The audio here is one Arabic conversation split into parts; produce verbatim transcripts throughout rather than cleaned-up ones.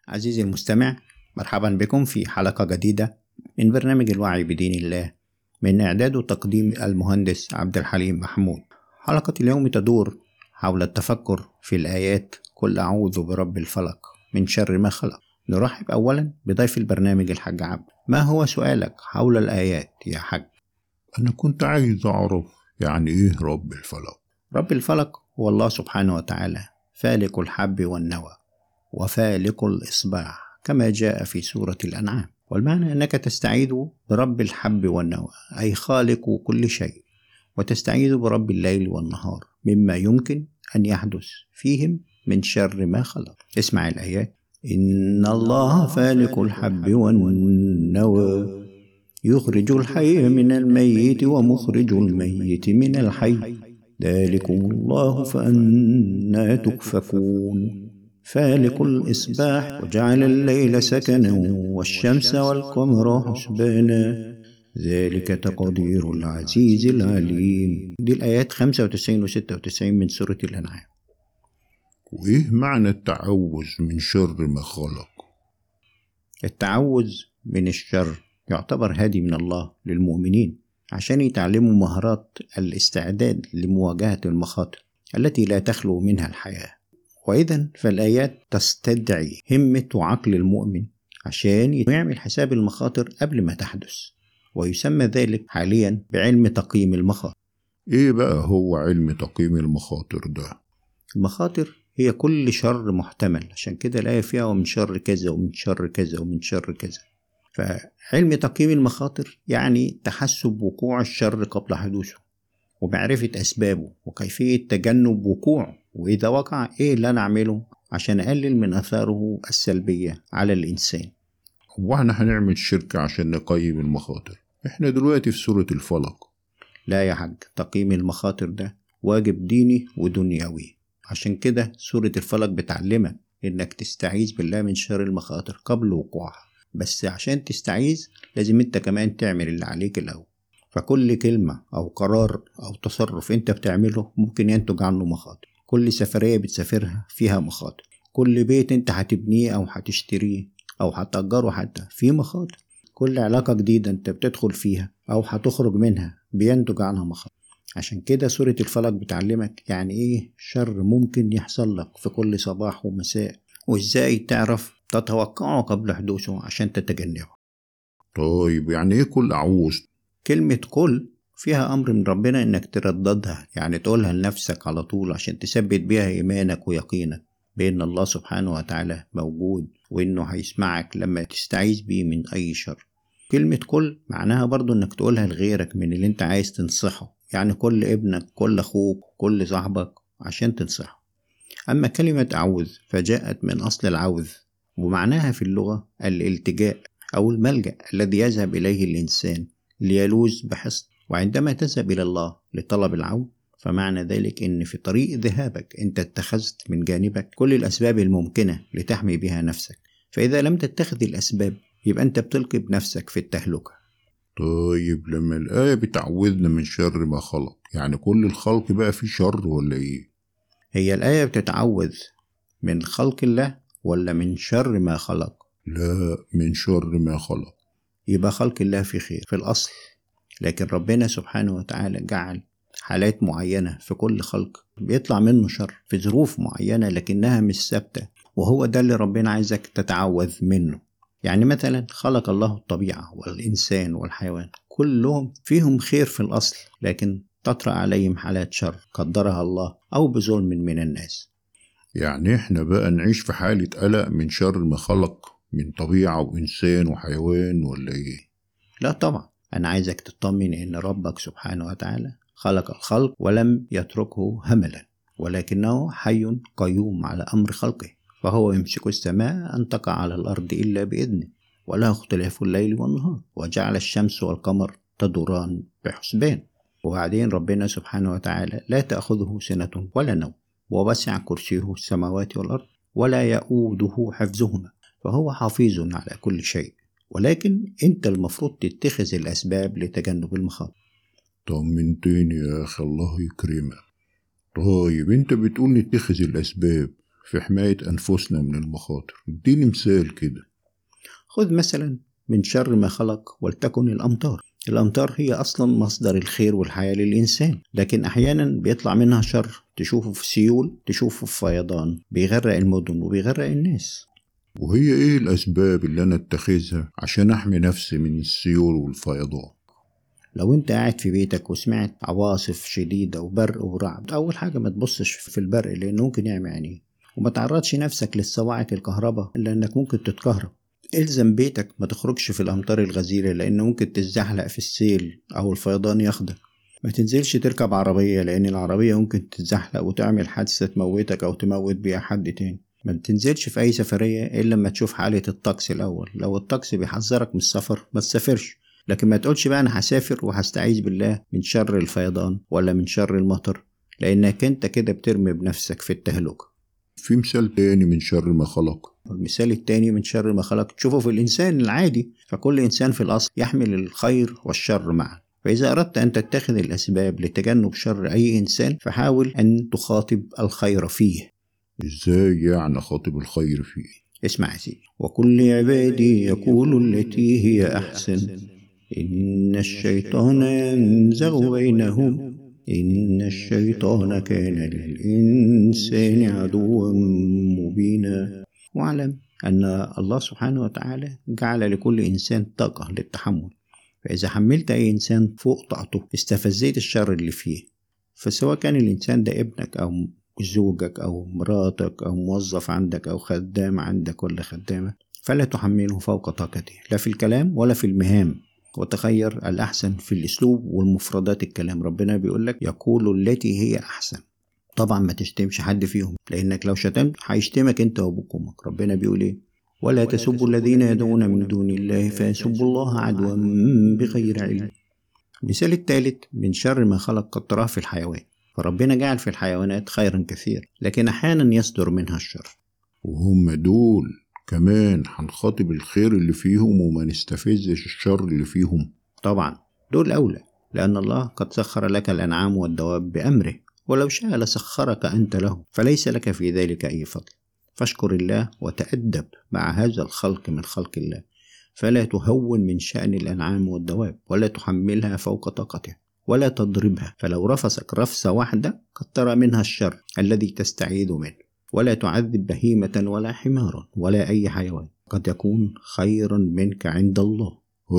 عزيزي المستمع، مرحبا بكم في حلقة جديدة من برنامج الوعي بدين الله، من إعداد وتقديم المهندس عبد الحليم محمود. حلقة اليوم تدور حول التفكر في الآيات قل أعوذ برب الفلق من شر ما خلق. نرحب أولا بضيف البرنامج الحاج عبد. ما هو سؤالك حول الآيات يا حاج؟ أنا كنت عايز أعرف يعني إيه رب الفلق؟ رب الفلق هو الله سبحانه وتعالى، فالق الحب والنوى وفالق الإصباح كما جاء في سورة الأنعام. والمعنى أنك تستعيذ برب الحب والنوى أي خالق كل شيء، وتستعيذ برب الليل والنهار مما يمكن أن يحدث فيهم من شر ما خلق. اسمع الآيات: إن الله فالق الحب والنوى يخرج الحي من الميت ومخرج الميت من الحي ذلكم الله فأنى تؤفكون. فالق الإصباح وجعل الليل سكنا والشمس والقمر حسبانا ذلك تقدير العزيز العليم. دي الآيات خمسة وتسعين و ستة وتسعين من سورة الأنعام. وإيه معنى التعوذ من شر ما خلق؟ التعوذ من الشر يعتبر هادي من الله للمؤمنين عشان يتعلموا مهارات الاستعداد لمواجهة المخاطر التي لا تخلو منها الحياة. وإذن فالآيات تستدعي همة وعقل المؤمن عشان يعمل حساب المخاطر قبل ما تحدث، ويسمى ذلك حاليا بعلم تقييم المخاطر. إيه بقى هو علم تقييم المخاطر ده؟ المخاطر هي كل شر محتمل، عشان كده الآية فيها ومن شر كذا ومن شر كذا ومن شر كذا. فعلم تقييم المخاطر يعني تحسب وقوع الشر قبل حدوثه، ومعرفة أسبابه وكيفية تجنب وقوعه، وإذا وقع إيه اللي أنا أعمله عشان أقلل من أثاره السلبية على الإنسان. هو احنا هنعمل شركة عشان نقيم المخاطر؟ احنا دلوقتي في سورة الفلق. لا يا حاج، تقييم المخاطر ده واجب ديني ودنيوي، عشان كده سورة الفلق بتعلمك إنك تستعيذ بالله من شر المخاطر قبل وقوعها. بس عشان تستعيذ لازم انت كمان تعمل اللي عليك الأول. فكل كلمة أو قرار أو تصرف انت بتعمله ممكن ينتج عنه مخاطر. كل سفرية بتسافرها فيها مخاطر. كل بيت انت هتبنيه أو هتشتريه أو هتأجره حتى فيه مخاطر. كل علاقة جديدة انت بتدخل فيها أو هتخرج منها بينتج عنها مخاطر. عشان كده سورة الفلق بتعلمك يعني ايه شر ممكن يحصل لك في كل صباح ومساء، وازاي تعرف تتوقعه قبل حدوثه عشان تتجنبه. طيب يعني ايه كل أعوذ؟ كلمة كل فيها أمر من ربنا إنك ترددها، يعني تقولها لنفسك على طول عشان تثبت بيها إيمانك ويقينك بأن الله سبحانه وتعالى موجود وإنه هيسمعك لما تستعيذ بيه من أي شر. كلمة كل معناها برضو إنك تقولها لغيرك من اللي أنت عايز تنصحه، يعني كل ابنك كل أخوك كل صاحبك عشان تنصحه. أما كلمة أعوذ فجاءت من أصل العوذ، ومعناها في اللغة الالتجاء أو الملجأ الذي يذهب إليه الإنسان ليلوذ بحصن. وعندما تذهب إلى الله لطلب العون فمعنى ذلك إن في طريق ذهابك أنت اتخذت من جانبك كل الأسباب الممكنة لتحمي بها نفسك، فإذا لم تتخذ الأسباب يبقى أنت بتلقي بنفسك في التهلكة. طيب لما الآية بتعوذنا من شر ما خلق، يعني كل الخلق بقى فيه شر ولا إيه؟ هي الآية بتتعوذ من خلق الله ولا من شر ما خلق؟ لا، من شر ما خلق. يبقى خلق الله في خير في الأصل، لكن ربنا سبحانه وتعالى جعل حالات معينة في كل خلق بيطلع منه شر في ظروف معينة لكنها مش ثابتة، وهو ده اللي ربنا عايزك تتعوذ منه. يعني مثلا خلق الله الطبيعة والإنسان والحيوان كلهم فيهم خير في الأصل، لكن تطرأ عليهم حالات شر قدرها الله أو بظلم من الناس. يعني احنا بقى نعيش في حالة قلق من شر ما خلق من طبيعة وإنسان وحيوان ولا إيه؟ لا طبعا، أنا عايزك تطمن إن ربك سبحانه وتعالى خلق الخلق ولم يتركه هملا، ولكنه حي قيوم على أمر خلقه، فهو يمسك السماء أن تقع على الأرض إلا بإذنه، وله اختلاف الليل والنهار، وجعل الشمس والقمر تدوران بحسبان. وبعدين ربنا سبحانه وتعالى لا تأخذه سنة ولا نوم، ووسع كرسيه السماوات والأرض ولا يؤوده حفظهما، فهو حفيظ على كل شيء، ولكن انت المفروض تتخذ الأسباب لتجنب المخاطر. طمنتني يا أخي، الله يكرمك. طيب انت بتقول نتخذ الأسباب، في حماية أنفسنا من المخاطر؟ اديني مثال كده. خذ مثلا من شر ما خلق ولتكن الأمطار. الأمطار هي أصلا مصدر الخير والحياة للإنسان، لكن أحيانا بيطلع منها شر، تشوفه في سيول، تشوفه في فيضان، بيغرق المدن وبيغرق الناس. وهي إيه الأسباب اللي أنا اتخذها عشان أحمي نفسي من السيول والفيضان؟ لو انت قاعد في بيتك وسمعت عواصف شديدة وبرق ورعد، أول حاجة ما تبصش في البرق لأنه ممكن يعمي عينيك، وما تعرضش نفسك للصواعق الكهرباء لأنك ممكن تتكهرب. الزم بيتك، ما تخرجش في الأمطار الغزيرة لأنه ممكن تتزحلق في السيل أو الفيضان ياخدك. ما تنزلش تركب عربية لأن العربية ممكن تتزحلق وتعمل حادثة تموتك أو تموت بيها حد تاني. ما تنزلش في أي سفرية إلا لما تشوف حالة الطقس الأول. لو الطقس بيحذرك من السفر ما تسافرش، لكن ما تقولش بقى أنا هسافر وهستعيذ بالله من شر الفيضان ولا من شر المطر، لأنك أنت كده بترمي بنفسك في التهلكة. في مثال تاني من شر ما خلق. المثال التاني من شر ما خلق تشوفه في الإنسان العادي، فكل إنسان في الأصل يحمل الخير والشر معا، فإذا أردت أن تتخذ الأسباب لتجنب شر أي إنسان فحاول أن تخاطب الخير فيه. إزاي يعني خاطب الخير فيه؟ اسمع يا سيدي: وكل عبادي يقول التي هي أحسن إن الشيطان ينزغ بينهم إن الشيطان كان للإنسان عدوا مبينا. واعلم أن الله سبحانه وتعالى جعل لكل إنسان طاقة للتحمل، فإذا حملت أي إنسان فوق طاقته استفزيت الشر اللي فيه، فسواء كان الإنسان ده ابنك أو زوجك أو مراتك أو موظف عندك أو خدام عندك ولا خدامة، فلا تحمله فوق طاقته لا في الكلام ولا في المهام، وتخير الأحسن في الأسلوب والمفردات الكلام. ربنا بيقولك يقول التي هي أحسن. طبعا ما تشتمش حد فيهم، لأنك لو شتمت هيشتمك أنت وأبوك وأمك. ربنا بيقول إيه؟ ولا تسبوا الذين يدعون من دون الله فيسبوا الله عدوا بغير علم. المثال الثالث من شر ما خلق قد تراه في الحيوان، فربنا جعل في الحيوانات خيرا كثير لكن أحيانا يصدر منها الشر، وهم دول كمان هنخاطب الخير اللي فيهم وما نستفزش الشر اللي فيهم؟ طبعا دول أولى، لأن الله قد سخر لك الأنعام والدواب بأمره، ولو شاء لسخرك أنت له، فليس لك في ذلك أي فضل. فاشكر الله وتأدب مع هذا الخلق من خلق الله، فلا تهون من شأن الأنعام والدواب ولا تحملها فوق طاقته ولا تضربها، فلو رفسك رفسة واحدة قد ترى منها الشر الذي تستعيذ منه. ولا تعذب بهيمة ولا حمارا ولا أي حيوان، قد يكون خيرا منك عند الله.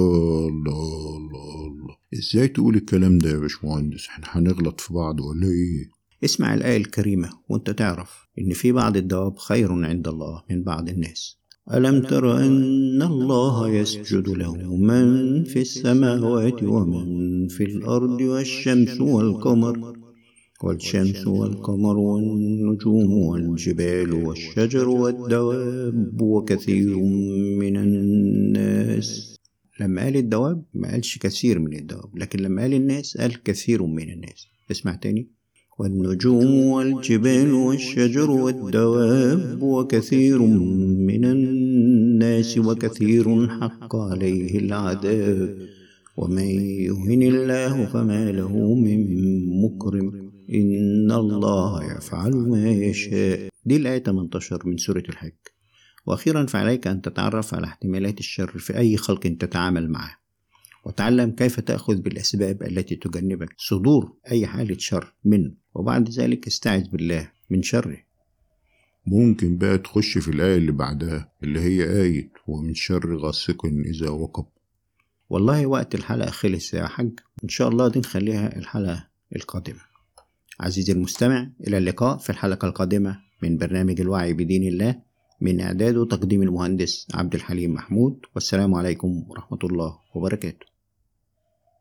الله الله الله، ازاي تقول الكلام ده يا باشمهندس؟ احنا هنغلط في بعض ولا ايه؟ اسمع الآية الكريمة وانت تعرف ان في بعض الدواب خير عند الله من بعض الناس. ألم تر أن الله يسجد له من في السماوات ومن في الأرض والشمس والقمر والشمس والقمر والنجوم والجبال والشجر والدواب وكثير من الناس. لما قال الدواب ما قالش كثير من الدواب، لكن لما قال الناس قال كثير من الناس. اسمع تاني: والنجوم والجبال والشجر والدواب وكثير من الناس وكثير حق عليه العذاب ومن يهن الله فما له من مكرم إن الله يفعل ما يشاء. دي الآية ثمانية عشر من سورة الحج. وأخيرا فعليك أن تتعرف على احتمالات الشر في أي خلق تتعامل معه، وتعلم كيف تأخذ بالأسباب التي تجنبك صدور أي حالة شر منه، وبعد ذلك استعذ بالله من شره. ممكن بقى تخش في الآية اللي بعدها اللي هي آية ومن شر غاسق إذا وقب؟ والله وقت الحلقة خلص يا حاج، إن شاء الله دي نخليها الحلقة القادمة. عزيزي المستمع، إلى اللقاء في الحلقة القادمة من برنامج الوعي بدين الله، من إعداد وتقديم المهندس عبد الحليم محمود، والسلام عليكم ورحمة الله وبركاته.